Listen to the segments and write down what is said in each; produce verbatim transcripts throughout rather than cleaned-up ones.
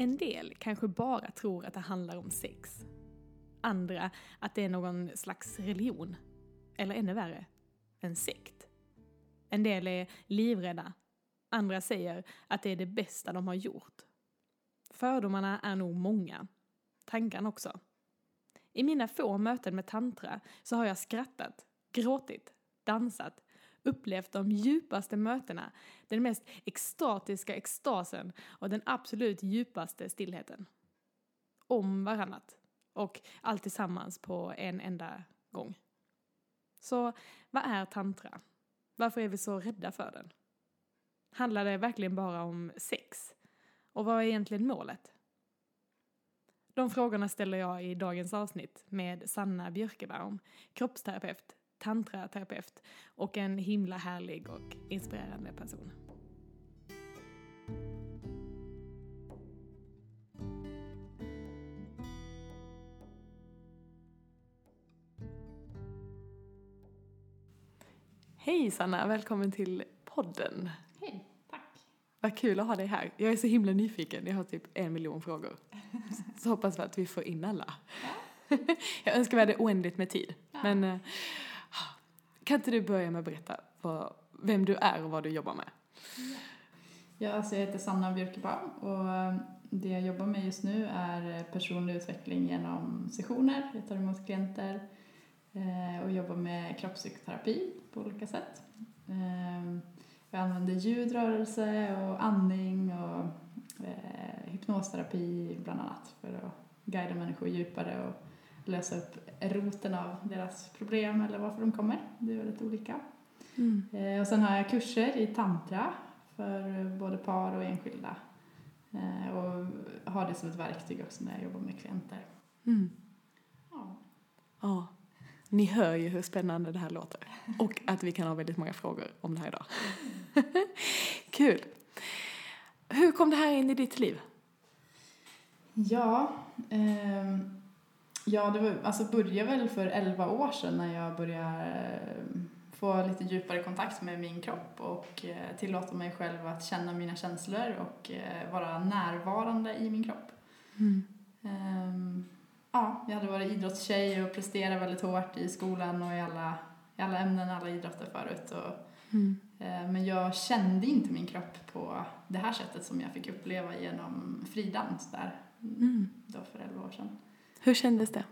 En del kanske bara tror att det handlar om sex. Andra att det är någon slags religion. Eller ännu värre, en sekt. En del är livrädda. Andra säger att det är det bästa de har gjort. Fördomarna är nog många. Tankarna också. I mina få möten med tantra så har jag skrattat, gråtit, dansat, upplevt de djupaste mötena, den mest extatiska extasen och den absolut djupaste stillheten. Om varannat. Och allt tillsammans på en enda gång. Så vad är tantra? Varför är vi så rädda för den? Handlar det verkligen bara om sex? Och vad är egentligen målet? De frågorna ställer jag i dagens avsnitt med Sanna Björkebaum, kroppsterapeut, tantraterapeut och en himla härlig och inspirerande person. Hej Sanna, välkommen till podden. Hej, tack. Vad kul att ha dig här. Jag är så himla nyfiken, jag har typ en miljon frågor. Så hoppas vi att vi får in alla. Ja. Jag önskar vi hade oändligt med tid. Ja. Men kan inte du börja med att berätta vad, vem du är och vad du jobbar med? Ja, alltså jag heter Sanna Björkebaum och det jag jobbar med just nu är personlig utveckling genom sessioner. Jag tar emot klienter och jobbar med kroppspsykoterapi på olika sätt. Jag använder ljudrörelse och andning och hypnosterapi bland annat för att guida människor djupare och lösa upp roten av deras problem eller varför de kommer. Det är väldigt olika. Mm. Och sen har jag kurser i tantra för både par och enskilda. Och har det som ett verktyg också när jag jobbar med klienter. Mm. Ja. Ja. Ni hör ju hur spännande det här låter. Och att vi kan ha väldigt många frågor om det här idag. Kul. Hur kom det här in i ditt liv? Ja, eh, ja det var, alltså började väl för elva år sedan när jag började få lite djupare kontakt med min kropp och eh, tillåta mig själv att känna mina känslor och eh, vara närvarande i min kropp. Mm. Eh, ja, jag hade varit idrottstjej och presterat väldigt hårt i skolan och i alla, i alla ämnen, alla idrotter förut. Och, mm. eh, men jag kände inte min kropp på det här sättet som jag fick uppleva genom fridans där mm. då för elva år sedan. Hur kändes det?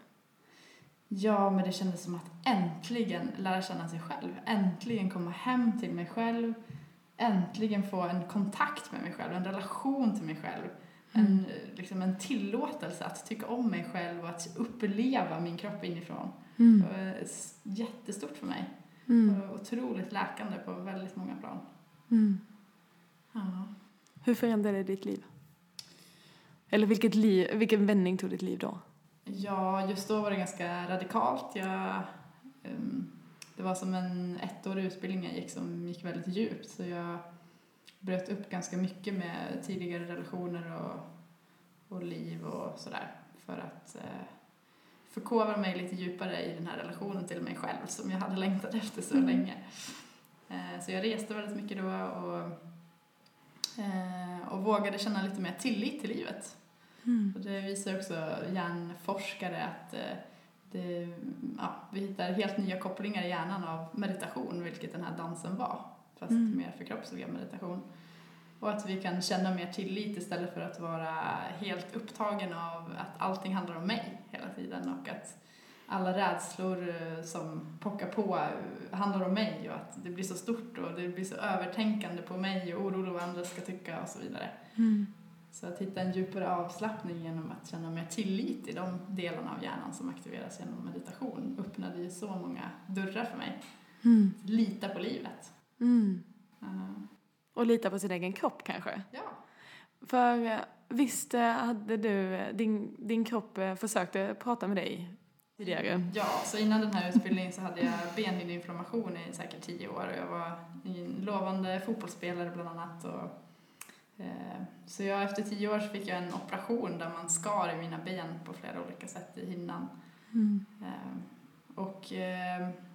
Ja, men det kändes som att äntligen lära känna sig själv. Äntligen komma hem till mig själv. Äntligen få en kontakt med mig själv, en relation till mig själv. Mm. En, liksom en tillåtelse att tycka om mig själv och att uppleva min kropp inifrån. Mm. Det var jättestort för mig. Mm. Och otroligt läkande på väldigt många plan. Mm. Ja. Hur förändrade ditt liv? Eller vilket liv, vilken vändning tog ditt liv då? Ja, just då var det ganska radikalt. Jag, um, det var som en ettårig utbildning jag gick som gick väldigt djupt. Så jag bröt upp ganska mycket med tidigare relationer och, och liv och sådär. För att uh, förkovra mig lite djupare i den här relationen till mig själv som jag hade längtat efter så mm. länge. Uh, så jag reste väldigt mycket då och, uh, och vågade känna lite mer tillit till livet. Mm. Och det visar också hjärnforskare att eh, det, ja, vi hittar helt nya kopplingar i hjärnan av meditation, vilket den här dansen var, fast mm. mer förkroppsligad meditation. Och att vi kan känna mer tillit istället för att vara helt upptagen av att allting handlar om mig hela tiden och att alla rädslor som pockar på handlar om mig och att det blir så stort och det blir så övertänkande på mig och orolig vad andra ska tycka och så vidare. Mm. Så att hitta en djupare avslappning genom att känna mer tillit i de delarna av hjärnan som aktiveras genom meditation öppnade ju så många dörrar för mig. Mm. Lita på livet. Mm. Uh. Och lita på sin egen kropp kanske? Ja. För visst hade du, din, din kropp försökte prata med dig tidigare? Ja, så innan den här utbildningen så hade jag benhinneinflammation i säkert tio år och jag var en lovande fotbollsspelare bland annat och så jag, efter tio år så fick jag en operation där man skar i mina ben på flera olika sätt i hinnan. Mm. Och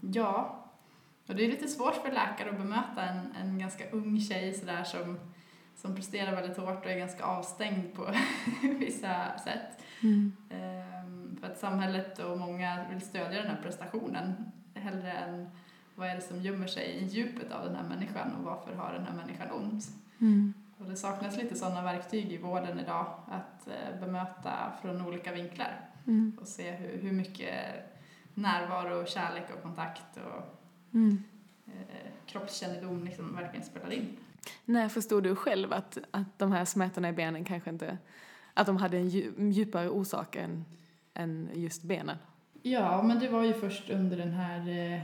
ja, och det är lite svårt för läkare att bemöta en, en ganska ung tjej så där som som presterar väldigt hårt och är ganska avstängd på vissa sätt. Mm. Um, för att samhället och många vill stödja den här prestationen hellre än vad är det som gömmer sig i djupet av den här människan och varför har den här människan ont. Mm. Och det saknas lite sådana verktyg i vården idag att uh, bemöta från olika vinklar Mm. och se hur, hur mycket närvaro, kärlek och kontakt och Mm. uh, kroppskännedom liksom verkligen spelar in. När förstod du själv att, att de här smärtorna i benen kanske inte, att de hade en djupare orsak än, än just benen? Ja, men det var ju först under den här eh,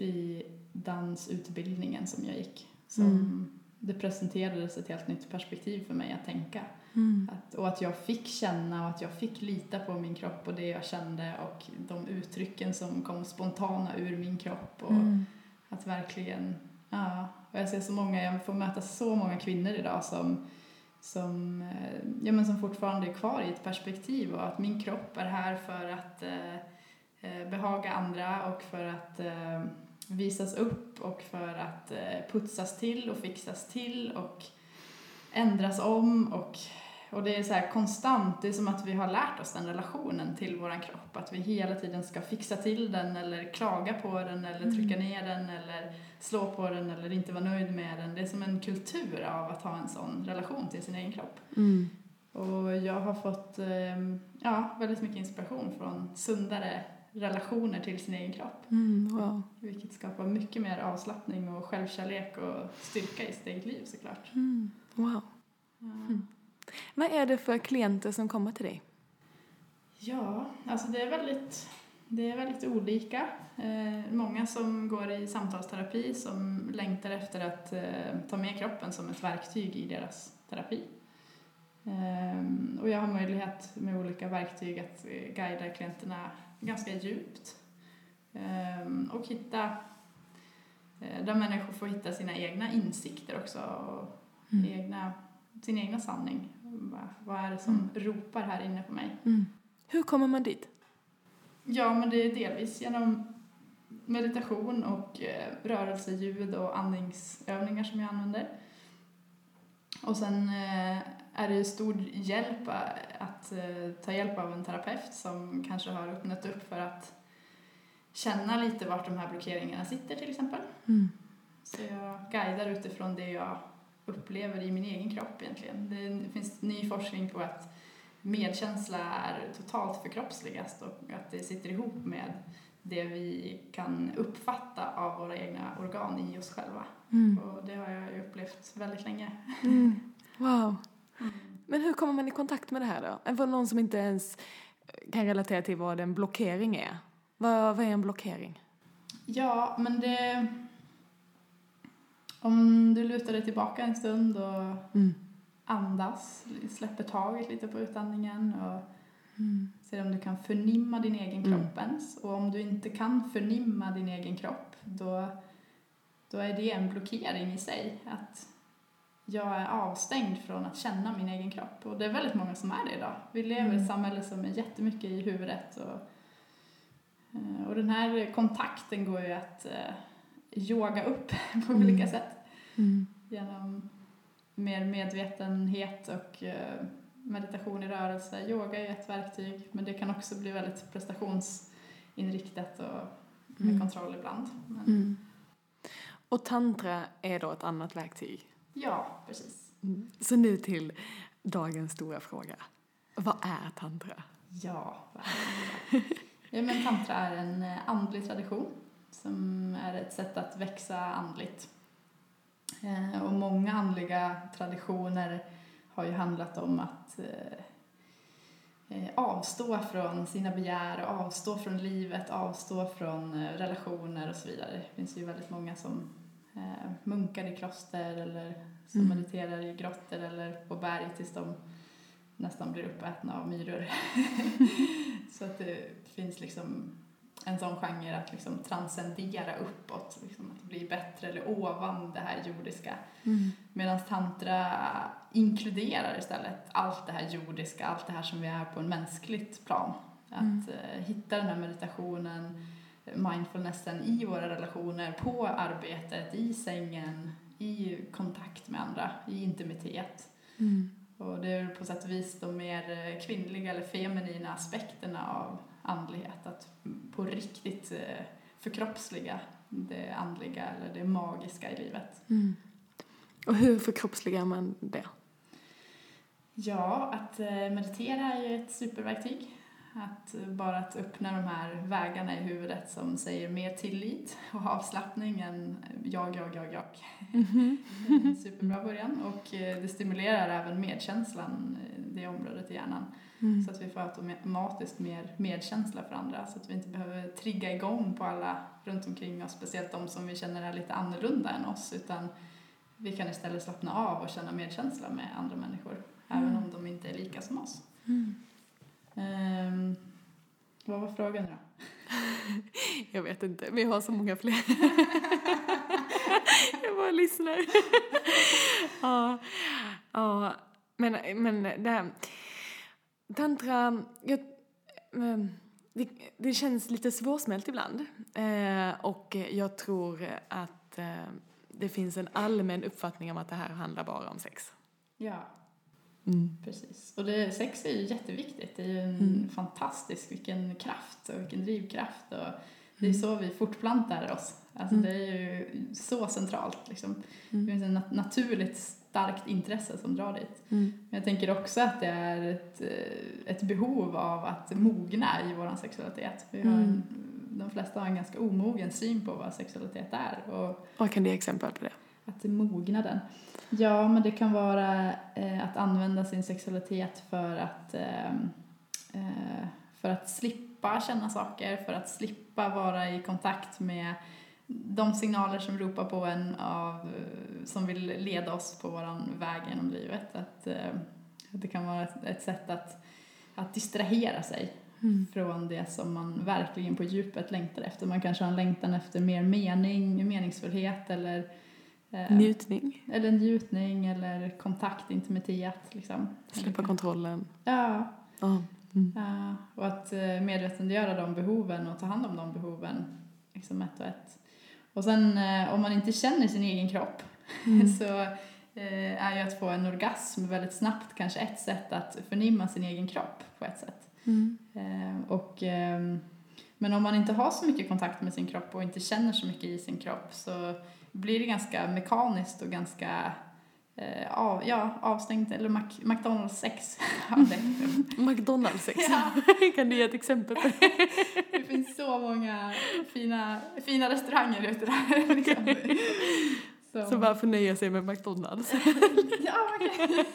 fridansutbildningen som jag gick som Mm. det presenterades ett helt nytt perspektiv för mig att tänka. Mm. Att, och att jag fick känna och att jag fick lita på min kropp och det jag kände och de uttrycken som kom spontana ur min kropp och Mm. att verkligen, ja, och jag ser så många, jag får möta så många kvinnor idag som som, eh, ja, men som fortfarande är kvar i ett perspektiv och att min kropp är här för att eh, behaga andra och för att eh, visas upp och för att eh, putsas till och fixas till och ändras om och, och det är så här konstant, det är som att vi har lärt oss den relationen till våran kropp, att vi hela tiden ska fixa till den eller klaga på den eller trycka ner den eller slå på den eller inte vara nöjd med den. Det är som en kultur av att ha en sån relation till sin egen kropp. Mm. Och jag har fått eh, ja, väldigt mycket inspiration från sundare relationer till sin egen kropp. Mm. Wow. Vilket skapar mycket mer avslappning och självkärlek och styrka i sitt eget liv såklart. Mm. Wow. Mm. Vad är det för klienter som kommer till dig? Ja, alltså det är väldigt, det är väldigt olika. Eh, många som går i samtalsterapi som längtar efter att eh, ta med kroppen som ett verktyg i deras terapi. Eh, och jag har möjlighet med olika verktyg att eh, guida klienterna ganska djupt. Eh, och hitta, eh, där människor får hitta sina egna insikter också och Mm. egna, sin egna sanning. Vad är det som Mm. ropar här inne på mig? Mm. Hur kommer man dit? Ja, men det är delvis genom meditation och eh, rörelseljud och andningsövningar som jag använder. Och sen eh, är det stor hjälp att eh, ta hjälp av en terapeut som kanske har öppnat upp för att känna lite vart de här blockeringarna sitter till exempel. Mm. Så jag guidar utifrån det jag upplever i min egen kropp egentligen. Det finns ny forskning på att medkänsla är totalt förkroppsligast och att det sitter ihop med det vi kan uppfatta av våra egna organ i oss själva. Mm. Och det har jag ju upplevt väldigt länge. Mm. Wow. Mm. Men hur kommer man i kontakt med det här då? För någon som inte ens kan relatera till vad en blockering är. Vad, vad är en blockering? Ja, men det... Om du lutar dig tillbaka en stund och Mm. andas, släpper taget lite på utandningen och Mm. ser om du kan förnimma din egen Mm. kropp ens. Och om du inte kan förnimma din egen kropp, då, då är det en blockering i sig. Att jag är avstängd från att känna min egen kropp. Och det är väldigt många som är det idag. Vi lever i ett samhälle som är jättemycket i huvudet. Och, och den här kontakten går ju att eh, yoga upp på Mm. olika sätt. Mm. Genom mer medvetenhet och eh, meditation i rörelse. Yoga är ett verktyg, men det kan också bli väldigt prestationsinriktat och med Mm. kontroll ibland. Men, Mm. Och tantra är då ett annat verktyg. ja, precis. Mm. Så nu till dagens stora fråga. Vad är tantra? Ja, vad är det? Ja, men tantra är en eh, andlig tradition som är ett sätt att växa andligt. Eh, och många andliga traditioner har ju handlat om att eh, eh, avstå från sina begär, avstå från livet, avstå från eh, relationer och så vidare. Det finns ju väldigt många som eh, munkar i kloster eller som Mm. mediterar i grottor eller på berg tills de nästan blir uppätna av myror. Så att det finns liksom en sån genre att liksom transcendera uppåt, liksom att bli bättre eller ovan det här jordiska. Mm. Medan tantra inkluderar istället allt det här jordiska, allt det här som vi är på en mänskligt plan. Att Mm. eh, hitta den här meditationen, mindfulnessen i våra relationer, på arbetet, i sängen, i kontakt med andra, i intimitet. Mm. Och det är på sätt och vis de mer kvinnliga eller feminina aspekterna av andlighet. Att på riktigt förkroppsliga det andliga eller det magiska i livet. Mm. Och hur förkroppsligar man det? Ja, att meditera är ju ett superverktyg. Att bara att öppna de här vägarna i huvudet som säger mer tillit och avslappning än jag, jag, jag, jag. Mm-hmm. En superbra början. Och det stimulerar även medkänslan, det området i hjärnan. Mm. Så att vi får automatiskt mer medkänsla för andra. Så att vi inte behöver trigga igång på alla runt omkring oss. Speciellt de som vi känner är lite annorlunda än oss. Utan vi kan istället slappna av och känna medkänsla med andra människor. Mm. Även om de inte är lika som oss. Mm. Um, vad var frågan då? Jag vet inte, men jag har så många fler. Jag bara lyssnar. Ja, ja, men, men det här tantra, jag, det, det känns lite svårsmält ibland. Eh, och jag tror att eh, det finns en allmän uppfattning om att det här handlar bara om sex. Ja. Mm. Precis. Och det, sex är ju jätteviktigt. Det är ju en mm. fantastisk, vilken kraft och vilken drivkraft. Och det är mm. så vi fortplantar oss. Alltså mm. det är ju så centralt. Liksom. Mm. Det finns ett naturligt starkt intresse som drar dit. Mm. Men jag tänker också att det är ett, ett behov av att mogna i vår sexualitet. Vi har en, de flesta har en ganska omogen syn på vad sexualitet är. Och vad kan det exempel på det? Att det mognar den. Ja, men det kan vara eh, att använda sin sexualitet för att, eh, eh, för att slippa känna saker, för att slippa vara i kontakt med de signaler som ropar på en av, som vill leda oss på våran väg genom livet. Att, eh, att det kan vara ett, ett sätt att, att distrahera sig mm. från det som man verkligen på djupet längtar efter. Man kanske har en längtan efter mer mening, meningsfullhet eller njutning. Eller njutning eller kontakt, intimitet. Liksom. Släppa kontrollen. Ja. Oh. Mm. ja. Och att medvetandegöra de behoven och ta hand om de behoven. Liksom ett och ett. Och sen om man inte känner sin egen kropp mm. så är ju att få en orgasm väldigt snabbt kanske ett sätt att förnimma sin egen kropp på ett sätt. Mm. Och, men om man inte har så mycket kontakt med sin kropp och inte känner så mycket i sin kropp så blir det ganska mekaniskt och ganska eh, av, ja, avstängt. Eller Mac, McDonald's-sex. McDonald's-sex? Ja. Kan du ge ett exempel på det? Det finns så många fina, fina restauranger ute där. Liksom. Så. Så bara förnöja sig med McDonald's. Ja, okej.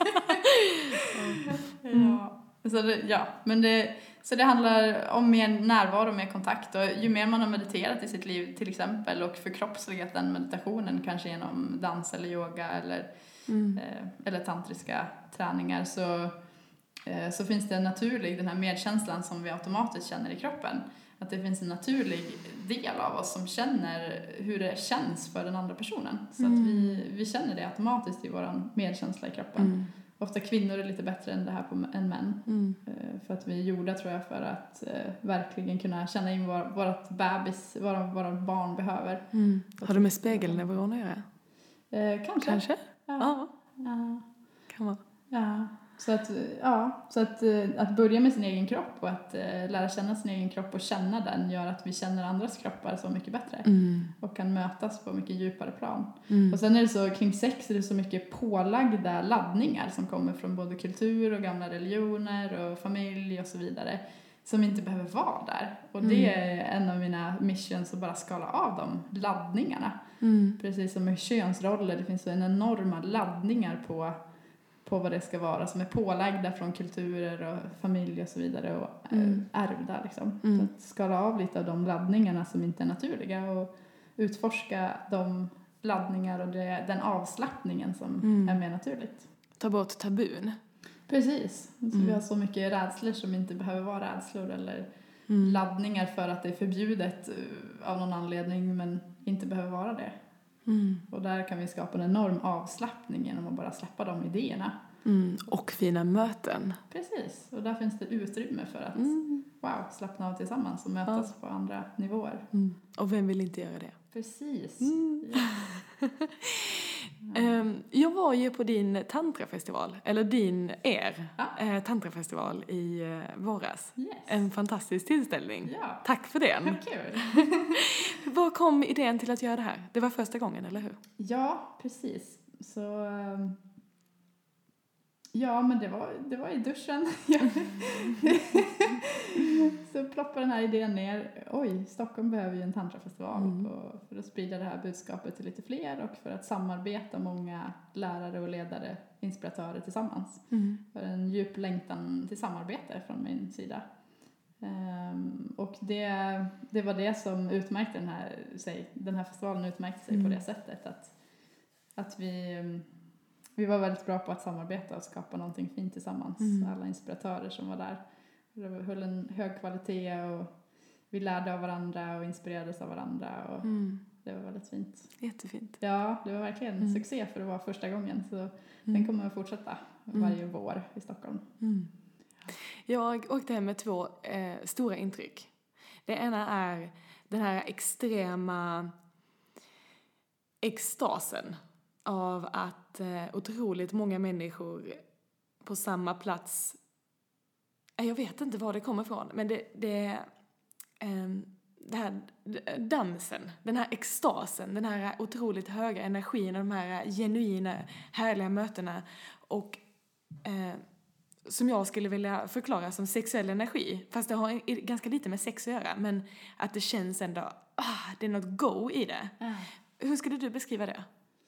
Okay. Ja. Så det, ja, men det, så det handlar om mer närvaro, mer kontakt. Och ju mer man har mediterat i sitt liv till exempel och förkroppsligat den meditationen kanske genom dans eller yoga eller, mm. eh, eller tantriska träningar så, eh, så finns det en naturlig, den här medkänslan som vi automatiskt känner i kroppen. Att det finns en naturlig del av oss som känner hur det känns för den andra personen. Så mm. att vi, vi känner det automatiskt i vår medkänsla i kroppen. Mm. Ofta kvinnor är lite bättre än det här på, än män. Mm. För att vi är gjorda tror jag för att eh, verkligen kunna känna in vad vårt bebis, vad våra barn behöver. Mm. Har det med spegelneuroner att göra? Eh, kanske. Kanske? Ja. Ja. ja. Kan vara. Ja. Så att, ja, så att, att börja med sin egen kropp och att uh, lära känna sin egen kropp och känna den gör att vi känner andras kroppar så mycket bättre. Mm. Och kan mötas på mycket djupare plan. Mm. Och sen är det så, kring sex är det så mycket pålagda laddningar som kommer från både kultur och gamla religioner och familj och så vidare. Som inte behöver vara där. Och mm. det är en av mina missions att bara skala av de laddningarna. Mm. Precis som med könsroller, det finns så en enorma laddningar på på vad det ska vara som är pålagda från kulturer och familj och så vidare och mm. ärvda liksom. Mm. Så att skala av lite av de laddningarna som inte är naturliga och utforska de laddningar och det, den avslappningen som mm. är mer naturligt. Ta bort tabun. Precis. Så mm. vi har så mycket rädslor som inte behöver vara rädslor eller mm. laddningar för att det är förbjudet av någon anledning men inte behöver vara det. Mm. Och där kan vi skapa en enorm avslappning genom att bara släppa de idéerna. Mm. Och fina möten. Precis, och där finns det utrymme för att mm. wow, slappna av tillsammans och mötas ja. På andra nivåer. Mm. Och vem vill inte göra det? Precis. Mm. Ja. Um, jag var ju på din tantrafestival, eller din, er, Ja. eh, tantrafestival i eh, våras. Yes. En fantastisk tillställning. Ja. Tack för den. Kul. Var kom idén till att göra det här? Det var första gången, eller hur? Ja, precis. Så... Um... Ja, men det var, det var i duschen. Så ploppade den här idén ner. Oj, Stockholm behöver ju en tantrafestival mm. och för att sprida det här budskapet till lite fler och för att samarbeta många lärare och ledare, inspiratörer tillsammans. Mm. För en djup längtan till samarbete från min sida. Um, och det, det var det som utmärkte den här, säg, den här festivalen utmärkte sig mm. på det sättet att, att vi... Vi var väldigt bra på att samarbeta och skapa någonting fint tillsammans. Mm. Alla inspiratörer som var där. Det höll en hög kvalitet och vi lärde av varandra och inspirerades av varandra. Och mm. Det var väldigt fint. Jättefint. Ja, det var verkligen en mm. succé för att vara första gången. Så mm. den kommer att fortsätta varje mm. vår i Stockholm. Mm. Jag åkte hem med två eh, stora intryck. Det ena är den här extrema extasen av att eh, otroligt många människor på samma plats, jag vet inte var det kommer ifrån, men det, det, eh, det här dansen, den här extasen, den här otroligt höga energin och de här genuina, härliga mötena och eh, som jag skulle vilja förklara som sexuell energi, fast det har ganska lite med sex att göra, men att det känns ändå, ah, det är något go i det. Mm. Hur skulle du beskriva det?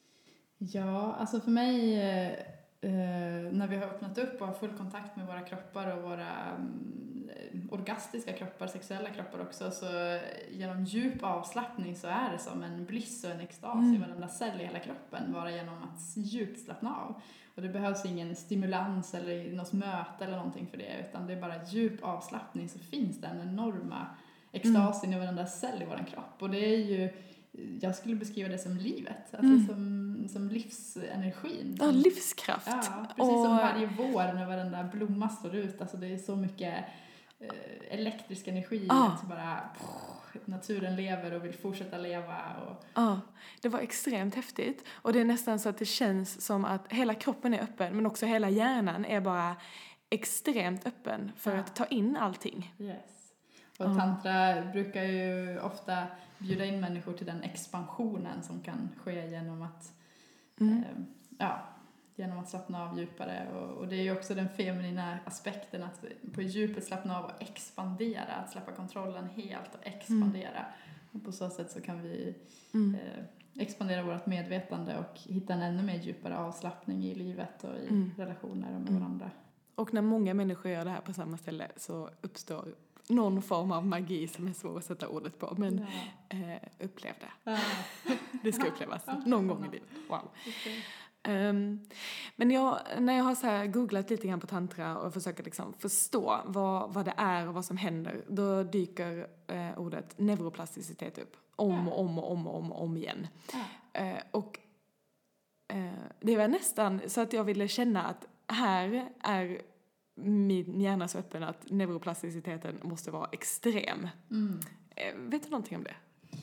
Ja, alltså för mig eh, när vi har öppnat upp och har full kontakt med våra kroppar och våra um, orgastiska kroppar, sexuella kroppar också, så genom djup avslappning så är det som en bliss och en extas mm. i varenda cell i hela kroppen, bara genom att djupt slappna av. Och det behövs ingen stimulans eller något möte eller någonting för det, utan det är bara djup avslappning så finns det en enorma extasen mm. i varenda cell i vår kropp. Och det är ju, jag skulle beskriva det som livet, alltså mm. som, som livsenergin. Ja, livskraft. Ja, precis och... som varje vår när varenda blomma står ut. Alltså det är så mycket eh, elektrisk energi. Ah. Att bara, pff, naturen lever och vill fortsätta leva. Och... Ja, det var extremt häftigt. Och det är nästan så att det känns som att hela kroppen är öppen, men också hela hjärnan är bara extremt öppen för ja. att ta in allting. Yes. Och tantra brukar ju ofta bjuda in människor till den expansionen som kan ske genom att mm. eh, ja, genom att slappna av djupare. Och, och det är ju också den feminina aspekten att på djupet slappna av och expandera, att släppa kontrollen helt och expandera. Mm. Och på så sätt så kan vi mm. eh, expandera vårt medvetande och hitta en ännu mer djupare avslappning i livet och i mm. relationer med mm. varandra. Och när många människor gör det här på samma ställe så uppstår någon form av magi som är svår att sätta ordet på. Men ja. eh, upplev det. Ja. Det ska upplevas någon gång i livet. Wow. Okay. Um, men jag, när jag har så här googlat lite grann på tantra och försöker liksom förstå vad, vad det är och vad som händer, då dyker eh, ordet neuroplasticitet upp. Om ja. och om och om och om, och om igen. Ja. Uh, och uh, det var nästan så att jag ville känna att här är min hjärna så öppen att neuroplasticiteten måste vara extrem. Mm. Vet du någonting om det?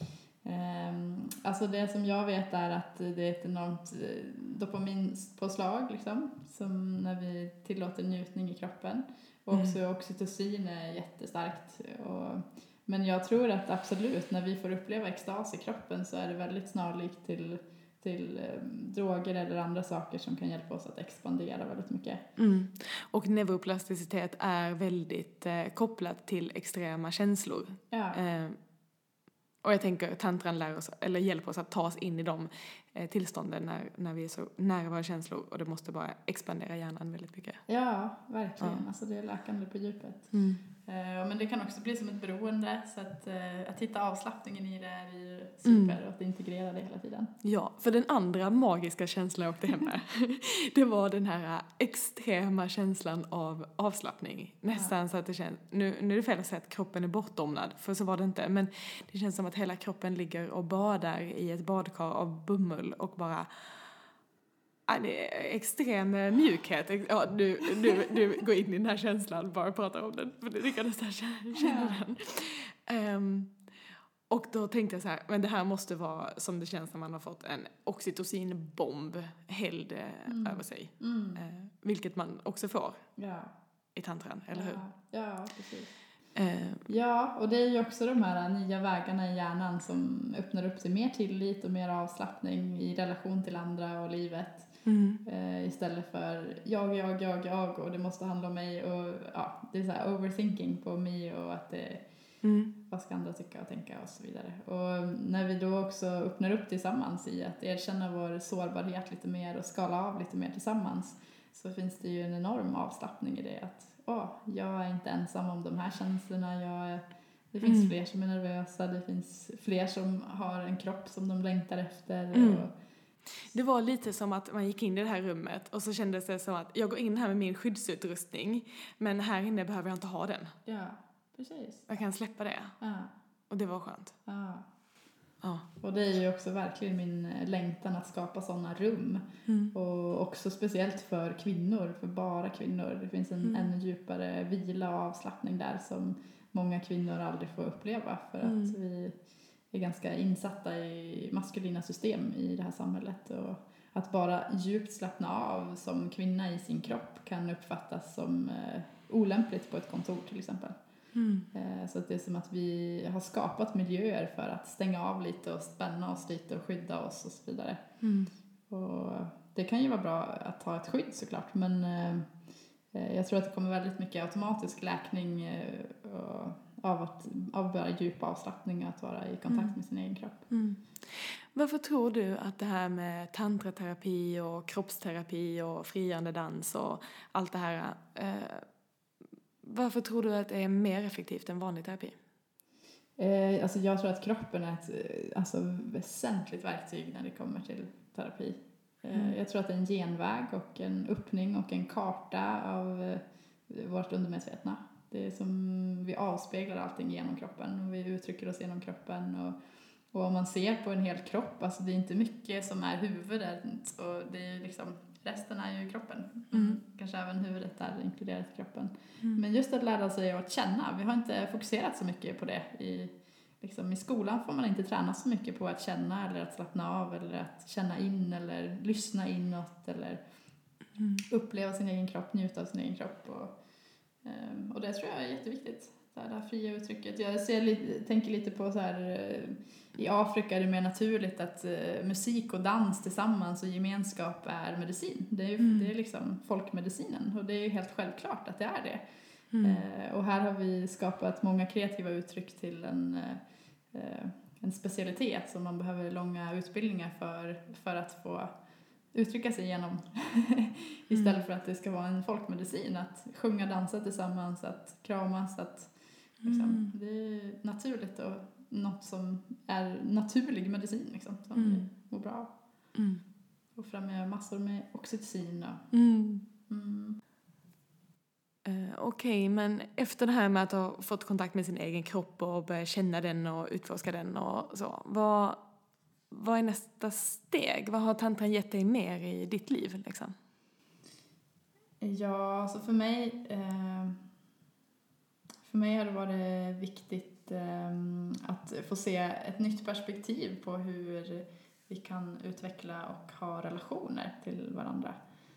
Um, alltså det som jag vet är att det är ett enormt dopaminpåslag liksom, som när vi tillåter njutning i kroppen. Och också mm. oxytocin är jättestarkt. Och, men jag tror att absolut när vi får uppleva extas i kroppen så är det väldigt snarlikt till till eh, droger eller andra saker som kan hjälpa oss att expandera väldigt mycket. Mm. Och neuroplasticitet är väldigt eh, kopplat till extrema känslor. Ja. Eh, och jag tänker tantran lär oss, eller hjälper oss att ta oss in i de eh, tillstånden när, när vi är så nära våra känslor och det måste bara expandera hjärnan väldigt mycket. Ja, verkligen. Ja. Alltså det är läkande på djupet. Mm. Eh, men det kan också bli som ett beroende, så att, eh, att hitta avslappningen i det är ju super mm. och att integrera det hela tiden. Ja, för den andra magiska känslan jag åkte hem med, det var den här extrema känslan av avslappning. Nästan ja. så att det känns, nu, nu är det fel att säga att kroppen är bortdomnad, för så var det inte, men det känns som att hela kroppen ligger och badar i ett badkar av bomull och bara... Ja, det är extrem mjukhet. Ja, du, du, du går in i den här känslan, bara pratar om den. För du kan nästan känna den. Um, Och då tänkte jag så här, men det här måste vara som det känns när man har fått en oxytocinbomb hälld mm. över sig. Mm. Eh, vilket man också får ja. i tantran, eller ja. hur? Ja, precis. Eh. Ja, och det är ju också de här nya vägarna i hjärnan som öppnar upp till mer tillit och mer avslappning i relation till andra och livet. Mm. Eh, istället för jag, jag, jag, jag och det måste handla om mig och ja, det är så här overthinking på mig och att det mm. vad ska andra tycka och tänka och så vidare. Och när vi då också öppnar upp tillsammans i att erkänna vår sårbarhet lite mer och skala av lite mer tillsammans, så finns det ju en enorm avslappning i det att åh, jag är inte ensam om de här känslorna, jag är, det finns mm. fler som är nervösa, det finns fler som har en kropp som de längtar efter. Mm. Och det var lite som att man gick in i det här rummet och så kändes det som att jag går in här med min skyddsutrustning, men här inne behöver jag inte ha den. Ja, precis. Jag kan släppa det. Ja. Och det var skönt. Ja. Ja. Och det är ju också verkligen min längtan att skapa sådana rum. Mm. Och också speciellt för kvinnor, för bara kvinnor. Det finns en mm. ännu djupare vila och avslappning där som många kvinnor aldrig får uppleva. För mm. att vi är ganska insatta i maskulina system i det här samhället. Och att bara djupt slappna av som kvinna i sin kropp kan uppfattas som eh, olämpligt på ett kontor till exempel. Mm. Så att det är som att vi har skapat miljöer för att stänga av lite och spänna oss lite och skydda oss och så vidare. Mm. Och det kan ju vara bra att ha ett skydd såklart, men eh, jag tror att det kommer väldigt mycket automatisk läkning eh, av att av bara djup avslappning och att vara i kontakt mm. med sin egen kropp. Mm. Varför tror du att det här med tantraterapi och kroppsterapi och friande dans och allt det här eh, varför tror du att det är mer effektivt än vanlig terapi? Eh, alltså jag tror att kroppen är ett alltså, väsentligt verktyg när det kommer till terapi. Eh, mm. Jag tror att det är en genväg och en öppning och en karta av eh, vårt undermedvetna. Det är som vi avspeglar allting genom kroppen och vi uttrycker oss genom kroppen. Och, och om man ser på en hel kropp, alltså det är inte mycket som är huvudet och det är liksom... Resten är ju kroppen. Mm. Kanske även huvudet är inkluderat i kroppen. Mm. Men just att lära sig att känna. Vi har inte fokuserat så mycket på det. I, liksom, i skolan får man inte träna så mycket på att känna eller att slappna av eller att känna in eller lyssna inåt eller mm. uppleva sin egen kropp, njuta av sin egen kropp. Och, um, och det tror jag är jätteviktigt. Det här fria uttrycket. Jag ser lite, tänker lite på så här... I Afrika är det mer naturligt att uh, musik och dans tillsammans och gemenskap är medicin. Det är ju mm. det är liksom folkmedicinen och det är ju helt självklart att det är det. Mm. Uh, och här har vi skapat många kreativa uttryck till en, uh, en specialitet som man behöver långa utbildningar för, för att få uttrycka sig igenom. Istället mm. för att det ska vara en folkmedicin. Att sjunga, dansa tillsammans, att kramas, att liksom, mm. det är naturligt och något som är naturlig medicin liksom, som mm. vi mår bra av. Mm. Och framgör massor med oxytocin. Mm. Mm. Uh, Okej, okay, men efter det här med att ha fått kontakt med sin egen kropp och börja känna den och utforska den och så, vad, vad är nästa steg? Vad har tantran gett dig mer i ditt liv liksom? Ja, alltså för mig eh, för mig har det varit viktigt att få se ett nytt perspektiv på hur vi kan utveckla och ha relationer till varandra.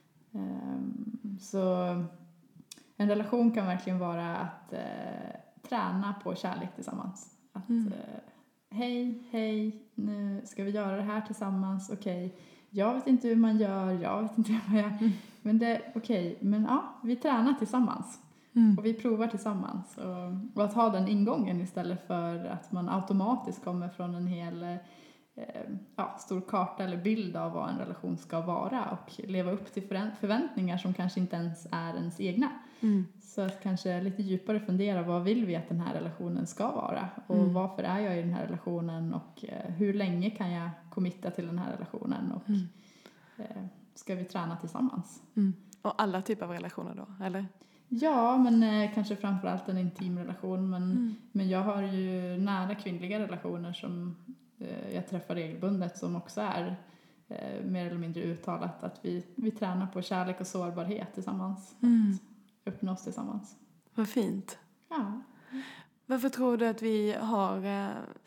Så en relation kan verkligen vara att träna på kärlek tillsammans. Att mm. hej, hej, nu ska vi göra det här tillsammans. Okej, okay. Jag vet inte hur man gör, jag vet inte hur man gör. Mm. Men det okej, okay. Men ja, vi tränar tillsammans. Mm. Och vi provar tillsammans. Och, och att ha den ingången istället för att man automatiskt kommer från en hel eh, ja, stor karta eller bild av vad en relation ska vara. Och leva upp till förväntningar som kanske inte ens är ens egna. Mm. Så att kanske lite djupare fundera, vad vill vi att den här relationen ska vara? Och mm. varför är jag i den här relationen? Och eh, hur länge kan jag committa till den här relationen? Och mm. eh, ska vi träna tillsammans? Mm. Och alla typer av relationer då, eller? Ja, men eh, kanske framförallt en intim relation. Men, mm. men jag har ju nära kvinnliga relationer som eh, jag träffar regelbundet som också är eh, mer eller mindre uttalat att vi, vi tränar på kärlek och sårbarhet tillsammans. Mm. Att uppnå oss tillsammans. Vad fint. Ja. Varför tror du att vi har... Eh,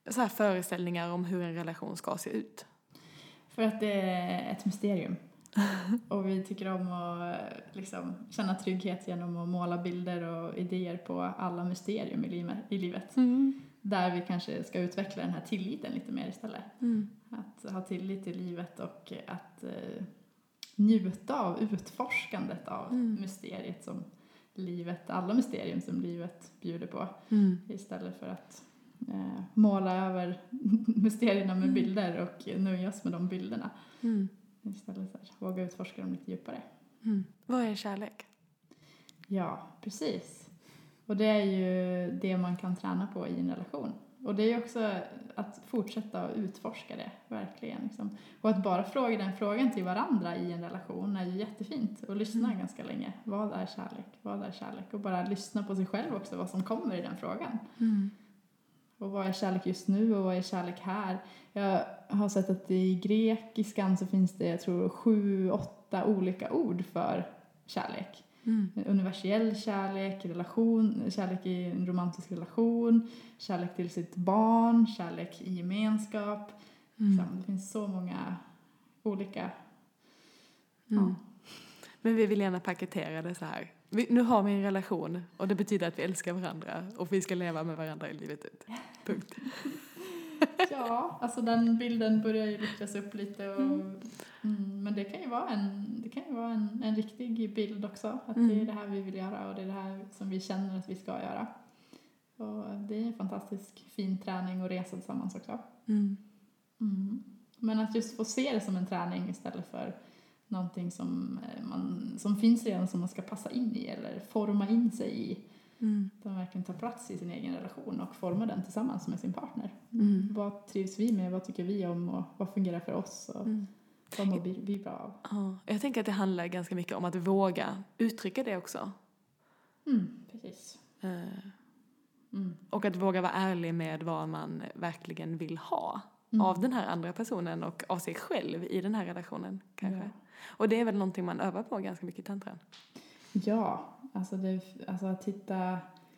så här föreställningar om hur en relation ska se ut? För att det är ett mysterium. Och vi tycker om att liksom känna trygghet genom att måla bilder och idéer på alla mysterium i livet. I livet. Mm. Där vi kanske ska utveckla den här tilliten lite mer istället. Mm. Att ha tillit till livet och att eh, njuta av utforskandet av Mm. mysteriet som livet, alla mysterium som livet bjuder på. Mm. Istället för att eh, måla över mysterierna med Mm. bilder och nöja oss med de bilderna. Mm. Istället för att våga utforska dem lite djupare. Mm. Vad är kärlek? Ja, precis. Och det är ju det man kan träna på i en relation. Och det är ju också att fortsätta att utforska det, verkligen. Liksom. Och att bara fråga den frågan till varandra i en relation är ju jättefint. Och lyssna Mm. ganska länge. Vad är kärlek? Vad är kärlek? Och bara lyssna på sig själv också, vad som kommer i den frågan. Mm. Och vad är kärlek just nu och vad är kärlek här? Jag har sett att i grekiskan så finns det, jag tror, sju, åtta olika ord för kärlek. Mm. Universell kärlek, relation, kärlek i en romantisk relation, kärlek till sitt barn, kärlek i gemenskap. Mm. Så det finns så många olika. Mm. Ja. Men vi vill gärna paketera det så här. Vi, nu har vi en relation och det betyder att vi älskar varandra och vi ska leva med varandra i livet ut. Punkt. Ja, alltså den bilden börjar ju luckras upp lite. Och, Mm. mm, men det kan ju vara, en, det kan ju vara en, en riktig bild också. Att Mm. det är det här vi vill göra och det är det här som vi känner att vi ska göra. Och det är en fantastisk fin träning och resa tillsammans också. Mm. Mm. Men att just få se det som en träning istället för någonting som, man, som finns redan som man ska passa in i eller forma in sig i. Mm. Att verkligen ta plats i sin egen relation och forma den tillsammans med sin partner. Mm. Vad trivs vi med? Vad tycker vi om? Och vad fungerar för oss? Och Mm. vad mår vi, vi bra av? Ja, jag tänker att det handlar ganska mycket om att våga uttrycka det också. Mm, precis. Eh, Mm. och att våga vara ärlig med vad man verkligen vill ha Mm. av den här andra personen och av sig själv i den här relationen kanske. Ja. Och det är väl någonting man övar på ganska mycket i tantran. Ja, alltså, det, alltså att hitta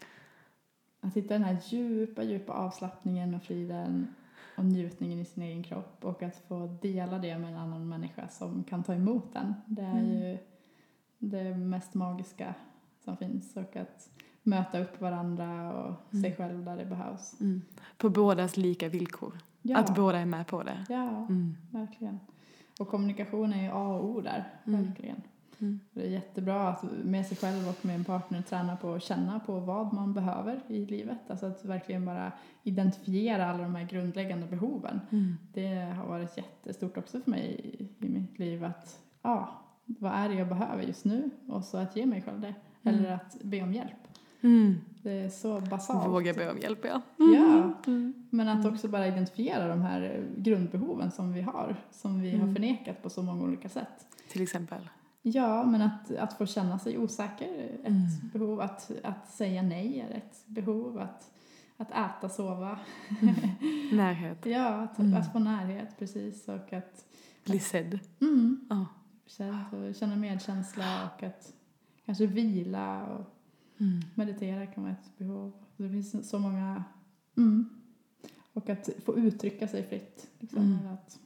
att hitta den här djupa, djupa avslappningen och friden och njutningen i sin egen kropp och att få dela det med en annan människa som kan ta emot den. Det är Mm. ju det mest magiska som finns och att möta upp varandra och Mm. sig själv där det behövs. Mm. På bådas lika villkor. Ja, Att båda är med på det. ja Mm. verkligen. Och kommunikation är ju A och O där, Mm. verkligen. Mm. Det är jättebra att med sig själv och med en partner träna på att känna på vad man behöver i livet. Alltså att verkligen bara identifiera alla de här grundläggande behoven. Mm. Det har varit jättestort också för mig i, i mitt liv att ja, vad är det jag behöver just nu? Och så att ge mig själv det. Mm. Eller att be om hjälp. Mm. Det är så basalt. Våga be om hjälp, ja. Ja, Mm. men att Mm. också bara identifiera de här grundbehoven som vi har. Som vi Mm. har förnekat på så många olika sätt. Till exempel. Ja, men att, att få känna sig osäker är ett Mm. behov. Att, att säga nej är ett behov. Att, att äta, sova. Närhet. Ja, att, Mm. att få närhet, precis. Och att Bli sedd. mm, Ja. känna, och känna medkänsla och att kanske vila och Mm. meditera kan vara ett behov. Det finns så många... Mm. Och att få uttrycka sig fritt. Liksom, Mm. att,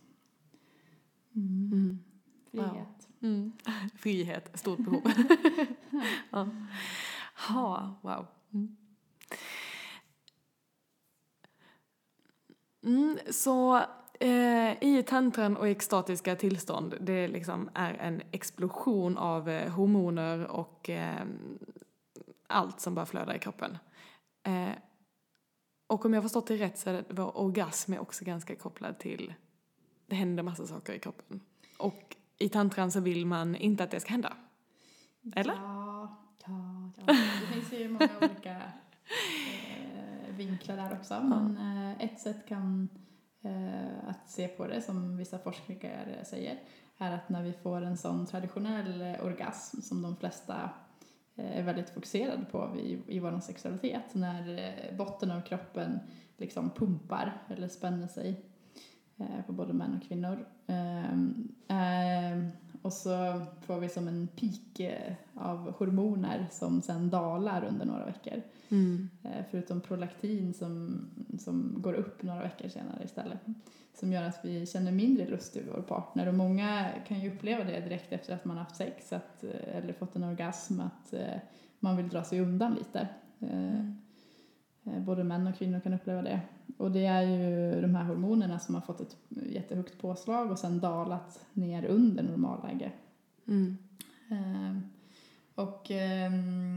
mm, Mm. frihet. Mm. Frihet, stort behov. Ja. Ha, wow. Mm. Mm, så eh, i tantran och extatiska tillstånd, det liksom är en explosion av eh, hormoner och eh, allt som bara flödar i kroppen. Eh, och om jag har förstått det rätt så är det, vår orgasm är också ganska kopplad till, det händer massa saker i kroppen. Och i tantran så vill man inte att det ska hända. Eller? Ja, ja, ja. Det finns ju många olika eh, vinklar där också. Men eh, ett sätt kan eh, att se på det, som vissa forskare säger, är att när vi får en sån traditionell eh, orgasm som de flesta eh, är väldigt fokuserade på i, i vår sexualitet, när eh, botten av kroppen liksom pumpar eller spänner sig eh, på både män och kvinnor. Eh, eh, och så får vi som en peak eh, av hormoner som sen dalar under några veckor. Mm. Eh, förutom prolaktin som, som går upp några veckor senare istället. Som gör att vi känner mindre lust över vår partner. Och många kan ju uppleva det direkt efter att man har haft sex att, eller fått en orgasm, att eh, man vill dra sig undan lite. Eh, Mm. Både män och kvinnor kan uppleva det. Och det är ju de här hormonerna som har fått ett jättehögt påslag och sen dalat ner under normalläge. Mm. Eh, och eh,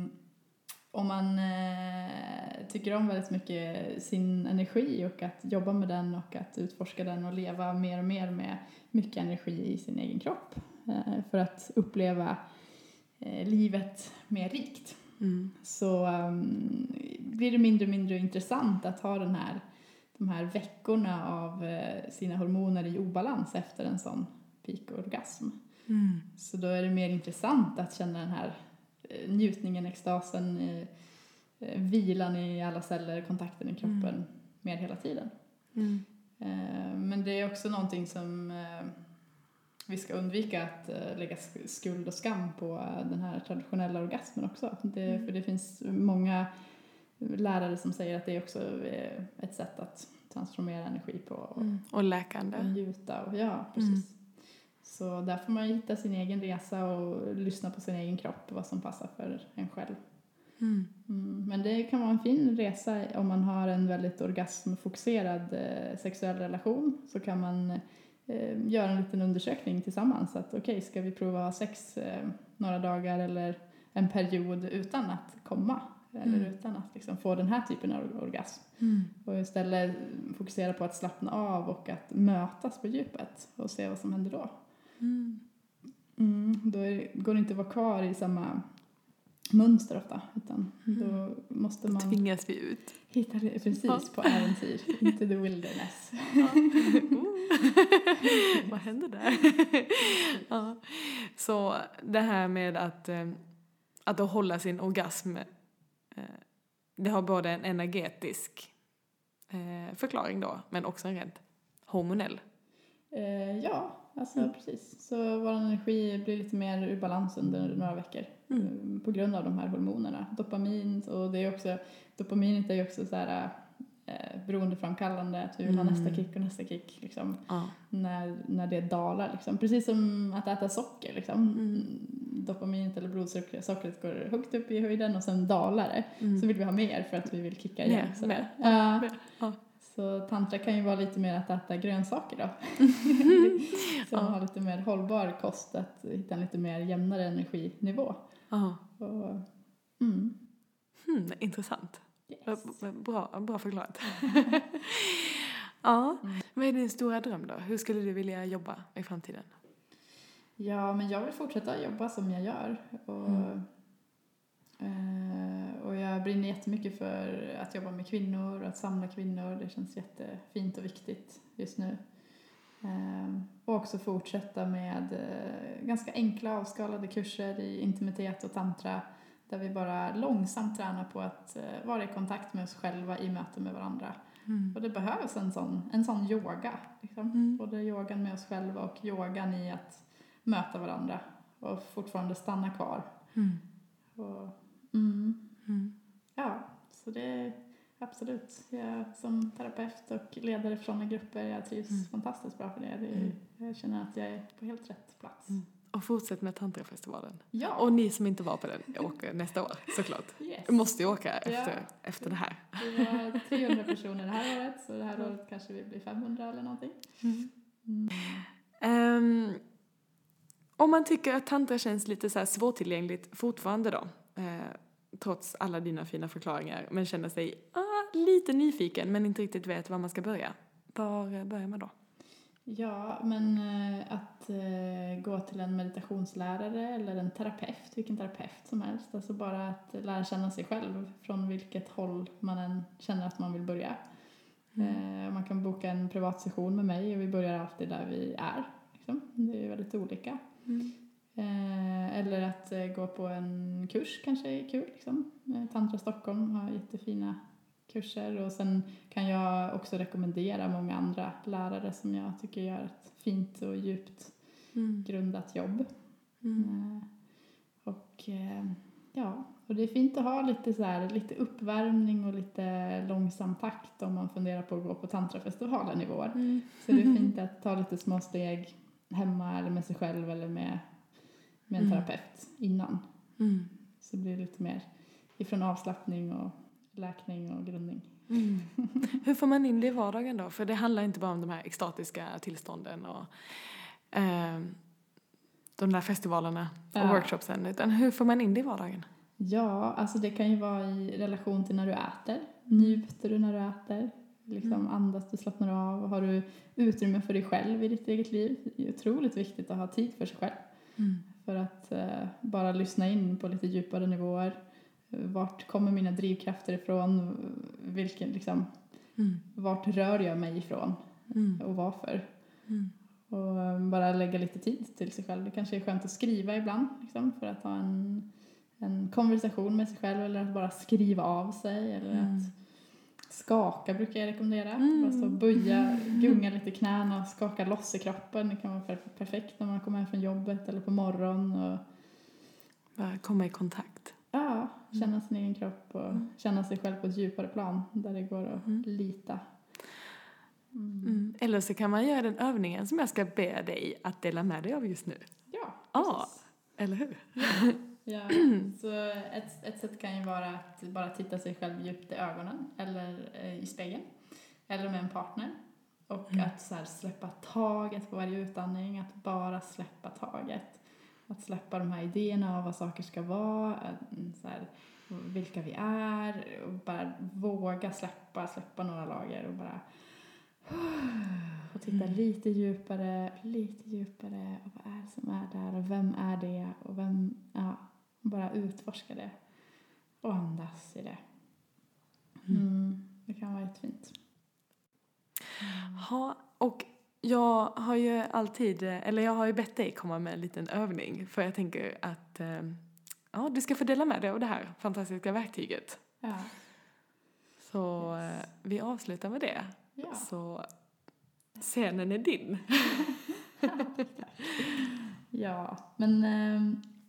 om man eh, tycker om väldigt mycket sin energi och att jobba med den och att utforska den och leva mer och mer med mycket energi i sin egen kropp. Eh, för att uppleva eh, livet mer rikt. Mm. Så um, blir det mindre och mindre intressant att ha den här, de här veckorna av uh, sina hormoner i obalans efter en sån peak-orgasm. Mm. Så då är det mer intressant att känna den här uh, njutningen, extasen, uh, uh, vilan i alla celler, kontakten i kroppen mm. med hela tiden. Mm. Uh, men det är också någonting som uh, vi ska undvika att uh, lägga skuld och skam på uh, den här traditionella orgasmen också. Det, mm. För det finns många lärare som säger att det också är ett sätt att transformera energi på. Och, mm. och läkande. Och njuta. Och, ja, precis. Mm. Så där får man hitta sin egen resa och lyssna på sin egen kropp, vad som passar för en själv. Mm. Mm. Men det kan vara en fin resa om man har en väldigt orgasmfokuserad eh, sexuell relation. Så kan man göra en liten undersökning tillsammans att okej, okay, ska vi prova att ha sex eh, några dagar eller en period utan att komma eller mm. utan att liksom få den här typen av orgasm mm. och istället fokusera på att slappna av och att mötas på djupet och se vad som händer då. Mm. Mm, då är, går det inte att vara kvar i samma mönster ofta, utan mm. då måste man tvingas vi ut hitta precis ja. på äventyr, inte the wilderness. Ja. Vad händer där? Ja. Så det här med att, att hålla sin orgasm, det har både en energetisk förklaring då, men också en rent hormonell. Eh, ja, alltså mm. precis. Så vår energi blir lite mer ur balans under några veckor mm. på grund av de här hormonerna. Dopamin, och det är också, dopaminet är ju också så här eh, beroendeframkallande, att vi vill mm. ha nästa kick och nästa kick liksom, ah. när, när det dalar liksom. Precis som att äta socker liksom. Mm. Dopaminet eller blodsockret sockret går högt upp i höjden och sen dalar det. Mm. Så vill vi ha mer för att vi vill kicka igen. Mer, mer. Ja. Mer. Ja. Så tantra kan ju vara lite mer att äta grönsaker då. Så man ja. har lite mer hållbar kost, att hitta en lite mer jämnare energinivå. Ja. Och, mm. hmm, intressant. Yes. Bra, bra förklarat. Ja, mm. Vad är din stora dröm då? Hur skulle du vilja jobba i framtiden? Ja, men jag vill fortsätta jobba som jag gör. Och, mm. eh, och jag brinner jättemycket för att jobba med kvinnor och att samla kvinnor. Det känns jättefint och viktigt just nu. Eh, och också fortsätta med eh, ganska enkla avskalade kurser i intimitet och tantra. Där vi bara långsamt tränar på att eh, vara i kontakt med oss själva i möte med varandra. Mm. Och det behövs en sån, en sån yoga. Liksom. Mm. Både yogan med oss själva och yogan i att möta varandra. Och fortfarande stanna kvar. Mm. Och, mm. Mm. Ja, så det är absolut. Jag som terapeut och ledare för sådana grupper, jag trivs mm. fantastiskt bra för det. det är, mm. Jag känner att jag är på helt rätt plats. Mm. Och fortsätt med Tantrafestivalen. Ja. Och ni som inte var på den, åker nästa år, såklart. Yes. Måste ju åka efter, ja. efter det här. Det var trehundra personer det här året, så det här mm. året kanske vi blir femhundra eller någonting. Mm. Mm. Um, om man tycker att tantra känns lite så här svårtillgängligt fortfarande då, eh, trots alla dina fina förklaringar, men känner sig ah, lite nyfiken men inte riktigt vet var man ska börja. Var börjar man då? Ja, men eh, att eh, gå till en meditationslärare eller en terapeut, vilken terapeut som helst. Alltså bara att lära känna sig själv från vilket håll man än känner att man vill börja. Mm. Eh, man kan boka en privat session med mig och vi börjar alltid där vi är. Liksom. Det är väldigt olika. Mm. Eh, eller att eh, gå på en kurs kanske är kul. Liksom. Tantra Stockholm har jättefina kurser, och sen kan jag också rekommendera många andra lärare som jag tycker gör ett fint och djupt mm. grundat jobb. Mm. Och ja, och det är fint att ha lite så här, lite uppvärmning och lite långsam takt om man funderar på att gå på tantrafestivalen i vår. Mm. Så det är fint att ta lite små steg hemma eller med sig själv eller med, med en Mm. terapeut innan. Mm. Så blir det lite mer ifrån avslappning och läkning och grundning. Mm. Hur får man in det i vardagen då? För det handlar inte bara om de här extatiska tillstånden och eh, de där festivalerna och Ja. workshopsen, utan hur får man in det i vardagen? Ja, alltså det kan ju vara i relation till när du äter. Njuter du när du äter? Liksom Mm. andas du, slappnar av? Har du utrymme för dig själv i ditt eget liv? Det är otroligt viktigt att ha tid för sig själv. Mm. För att eh, bara lyssna in på lite djupare nivåer. Vart kommer mina drivkrafter ifrån? Vilken, liksom, Mm. vart rör jag mig ifrån? Mm. Och varför? Mm. Och um, bara lägga lite tid till sig själv. Det kanske är skönt att skriva ibland. Liksom, för att ha en, en konversation med sig själv. Eller att bara skriva av sig. Eller Mm. att skaka brukar jag rekommendera. Mm. Bara stå och böja, gunga lite knäna och skaka loss i kroppen. Det kan vara per- perfekt när man kommer hem från jobbet eller på morgonen. Och Bara komma i kontakt. ja, känna sin egen kropp och Mm. känna sig själv på ett djupare plan. Där det går att Mm. lita. Mm. Mm. Eller så kan man göra den övningen som jag ska be dig att dela med dig av just nu. Ja, Ja, precis. eller hur? Ja, så ett, ett sätt kan ju vara att bara titta sig själv djupt i ögonen eller eh, i spegeln eller med en partner och Mm. att så här, släppa taget på varje utandning, att bara släppa taget, att släppa de här idéerna av vad saker ska vara, att, så här, vilka vi är och bara våga släppa, släppa några lager och bara och titta Mm. lite djupare, lite djupare och vad är det som är där och vem är det och vem, ja, bara utforska det och andas i det. Mm, det kan vara jättefint. Ja, och jag har ju alltid, eller jag har ju bett dig komma med en liten övning, för jag tänker att eh, ja, du ska få dela med dig av det här fantastiska verktyget. Ja. Så Yes. eh, vi avslutar med det. Ja. Så scenen är din. Ja, men eh,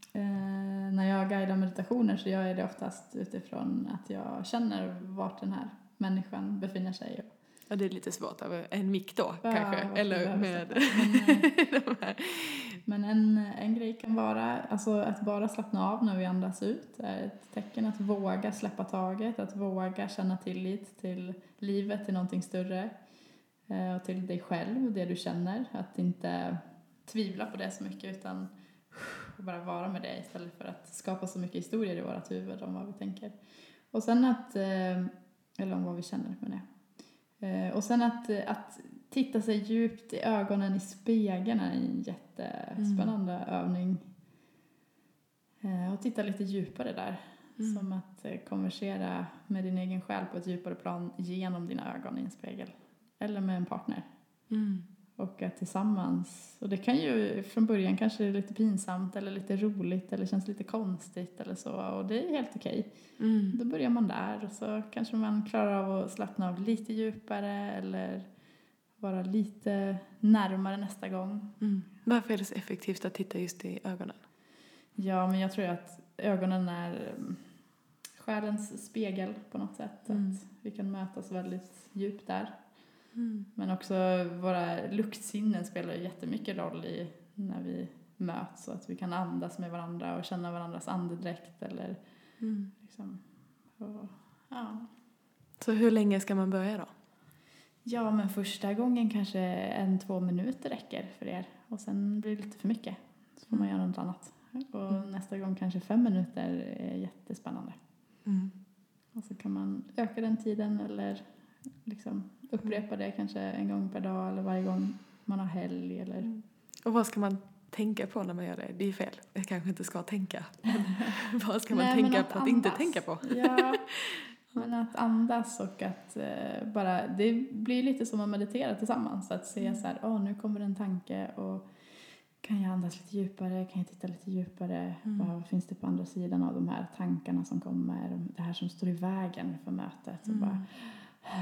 eh, när jag guidar meditationer så gör jag det oftast utifrån att jag känner vart den här människan befinner sig. Ja, det är lite svårt över en mick då, Ja, kanske. vad Eller behöver med släppa. de här. Men en, en grej kan vara alltså att bara slappna av när vi andas ut är ett tecken att våga släppa taget, att våga känna tillit till livet, till någonting större eh, och till dig själv, det du känner. Att inte tvivla på det så mycket utan bara vara med det istället för att skapa så mycket historier i vårt huvud om vad vi tänker. Och sen att, eh, eller om vad vi känner med det. Eh, och sen att, att titta sig djupt i ögonen i spegeln är en jättespännande mm. övning. Eh, och titta lite djupare där. Mm. Som att eh, konversera med din egen själ på ett djupare plan genom dina ögon i en spegel. Eller med en partner. Mm. Och att tillsammans, och det kan ju från början kanske är lite pinsamt eller lite roligt eller känns lite konstigt eller så. Och det är helt okej. Mm. Då börjar man där och så kanske man klarar av att slappna av lite djupare eller vara lite närmare nästa gång. Mm. Varför är det så effektivt att titta just i ögonen? Ja, men jag tror att ögonen är själens spegel på något sätt. Mm. Att vi kan mötas väldigt djupt där. Mm. Men också våra luktsinnen spelar jättemycket roll i när vi möts. Så att vi kan andas med varandra och känna varandras andedräkt. Eller Mm. liksom, och, ja. Så hur länge ska man börja då? Ja, men första gången kanske en, två minuter räcker för er. Och sen blir det lite för mycket. Så får man göra något annat. Och Mm. nästa gång kanske fem minuter är jättespännande. Mm. Och så kan man öka den tiden eller liksom upprepa det kanske en gång per dag eller varje gång man har helg. Eller... Mm. Och vad ska man tänka på när man gör det? Det är fel. Jag kanske inte ska tänka. Vad ska man Nej, tänka att på att andas. inte tänka på? Ja, men att andas och att eh, bara, det blir lite som att meditera tillsammans. Att se mm. så här, åh, nu kommer en tanke och kan jag andas lite djupare? Kan jag titta lite djupare? Mm. Vad finns det på andra sidan av de här tankarna som kommer? Det här som står i vägen för mötet. Mm. Och bara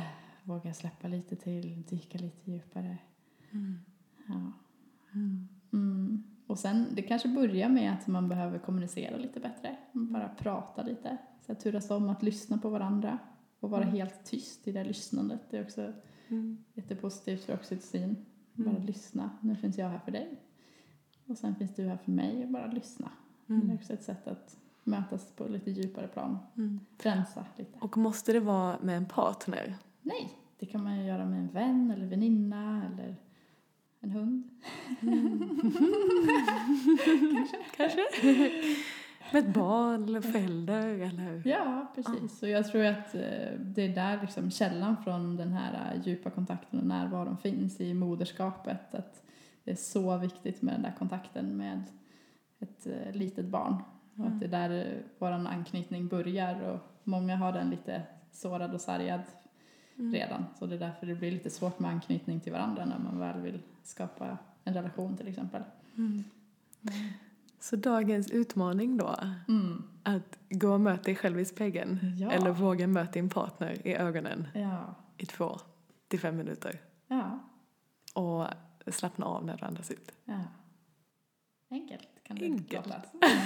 våga släppa lite till, dyka lite djupare. Mm. Ja. Mm. Mm. Och sen, det kanske börjar med att man behöver kommunicera lite bättre. Bara prata lite. Så att turas om att lyssna på varandra. Och vara Mm. helt tyst i det lyssnandet. Det är också Mm. jättepositivt för oxytocin. Bara Mm. lyssna. Nu finns jag här för dig. Och sen finns du här för mig. Och bara lyssna. Mm. Det är också ett sätt att mötas på lite djupare plan. Mm. Rensa lite. Och måste det vara med en partner? Nej, det kan man ju göra med en vän eller väninna eller en hund. Mm. Kanske. Kanske. Med ett barn eller förälder eller... Ja, precis. Och jag tror att eh, det är där liksom källan från den här eh, djupa kontakten och närvaron finns i moderskapet. Att det är så viktigt med den där kontakten med ett eh, litet barn. Och Mm. att det är där eh, vår anknytning börjar. Och många har den lite sårad och sargad Mm. redan. Så det är därför det blir lite svårt med anknytning till varandra när man väl vill skapa en relation till exempel. Mm. Så dagens utmaning då, Mm. att gå och möta dig själv i spegeln Ja. eller våga möta din partner i ögonen Ja. i två till fem minuter Ja. och slappna av när du andas ut. Ja. Enkelt kan det Enkelt. låta.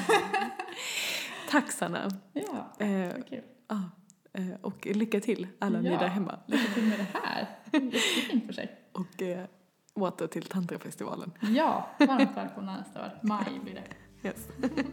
Tack Sanna. Ja, Eh, vad kul. ah, eh, och lycka till alla ni Ja. där hemma. Lycka till med det här. Jättefint för sig. Och eh, åter till Tantrafestivalen. Ja, varmt välkomna nästa år. Maj blir det. Yes.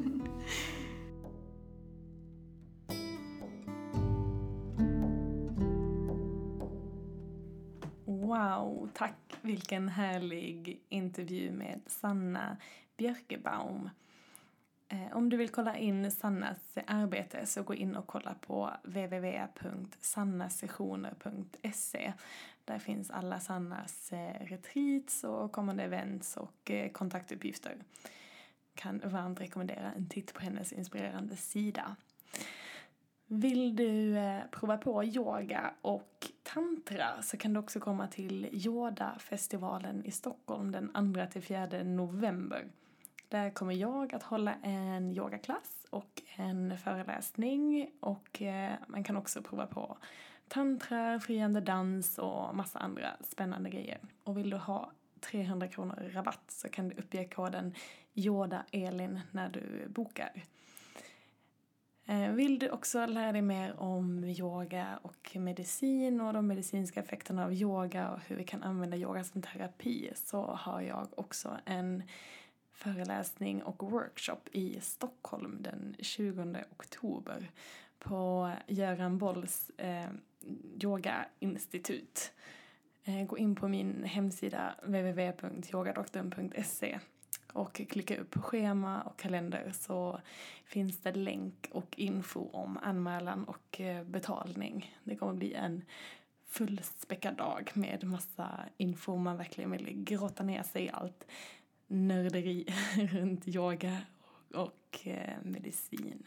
Wow, tack. Vilken härlig intervju med Sanna Björkebaum. Eh, om du vill kolla in Sannas arbete så gå in och kolla på w w w punkt sannasessioner punkt se. Där finns alla Sannas eh, retreats och kommande events och eh, kontaktuppgifter. Kan varmt rekommendera en titt på hennes inspirerande sida. Vill du eh, prova på yoga och tantra så kan du också komma till Yoda-festivalen i Stockholm den andra till fjärde november. Där kommer jag att hålla en yogaklass och en föreläsning och eh, man kan också prova på tantra, friande dans och massa andra spännande grejer. Och vill du ha trehundra kronor rabatt så kan du uppge koden YODAELIN när du bokar. Vill du också lära dig mer om yoga och medicin och de medicinska effekterna av yoga och hur vi kan använda yoga som terapi så har jag också en föreläsning och workshop i Stockholm den tjugonde oktober på Göran Bolls eh, yogainstitut. Eh, gå in på min hemsida w w w punkt yogadoktorn punkt se och klicka upp på schema och kalender så finns det länk och info om anmälan och eh, betalning. Det kommer bli en fullspäckad dag med massa info man verkligen vill grotta ner sig i allt nörderi runt yoga och, och eh, medicin.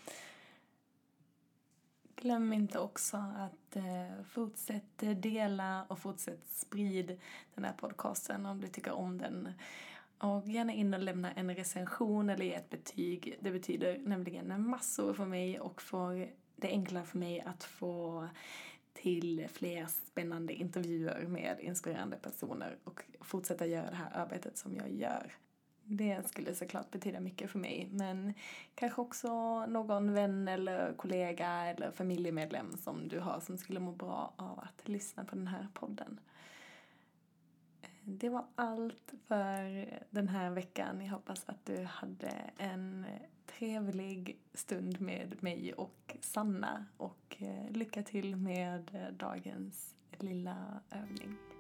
Glöm inte också att eh, fortsätta dela och fortsätta sprid den här podcasten om du tycker om den. Och gärna in och lämna en recension eller ge ett betyg. Det betyder nämligen massor för mig och för det är enklare för mig att få till fler spännande intervjuer med inspirerande personer och fortsätta göra det här arbetet som jag gör. Det skulle såklart betyda mycket för mig, men kanske också någon vän eller kollega eller familjemedlem som du har som skulle må bra av att lyssna på den här podden. Det var allt för den här veckan. Jag hoppas att du hade en trevlig stund med mig och Sanna och lycka till med dagens lilla övning.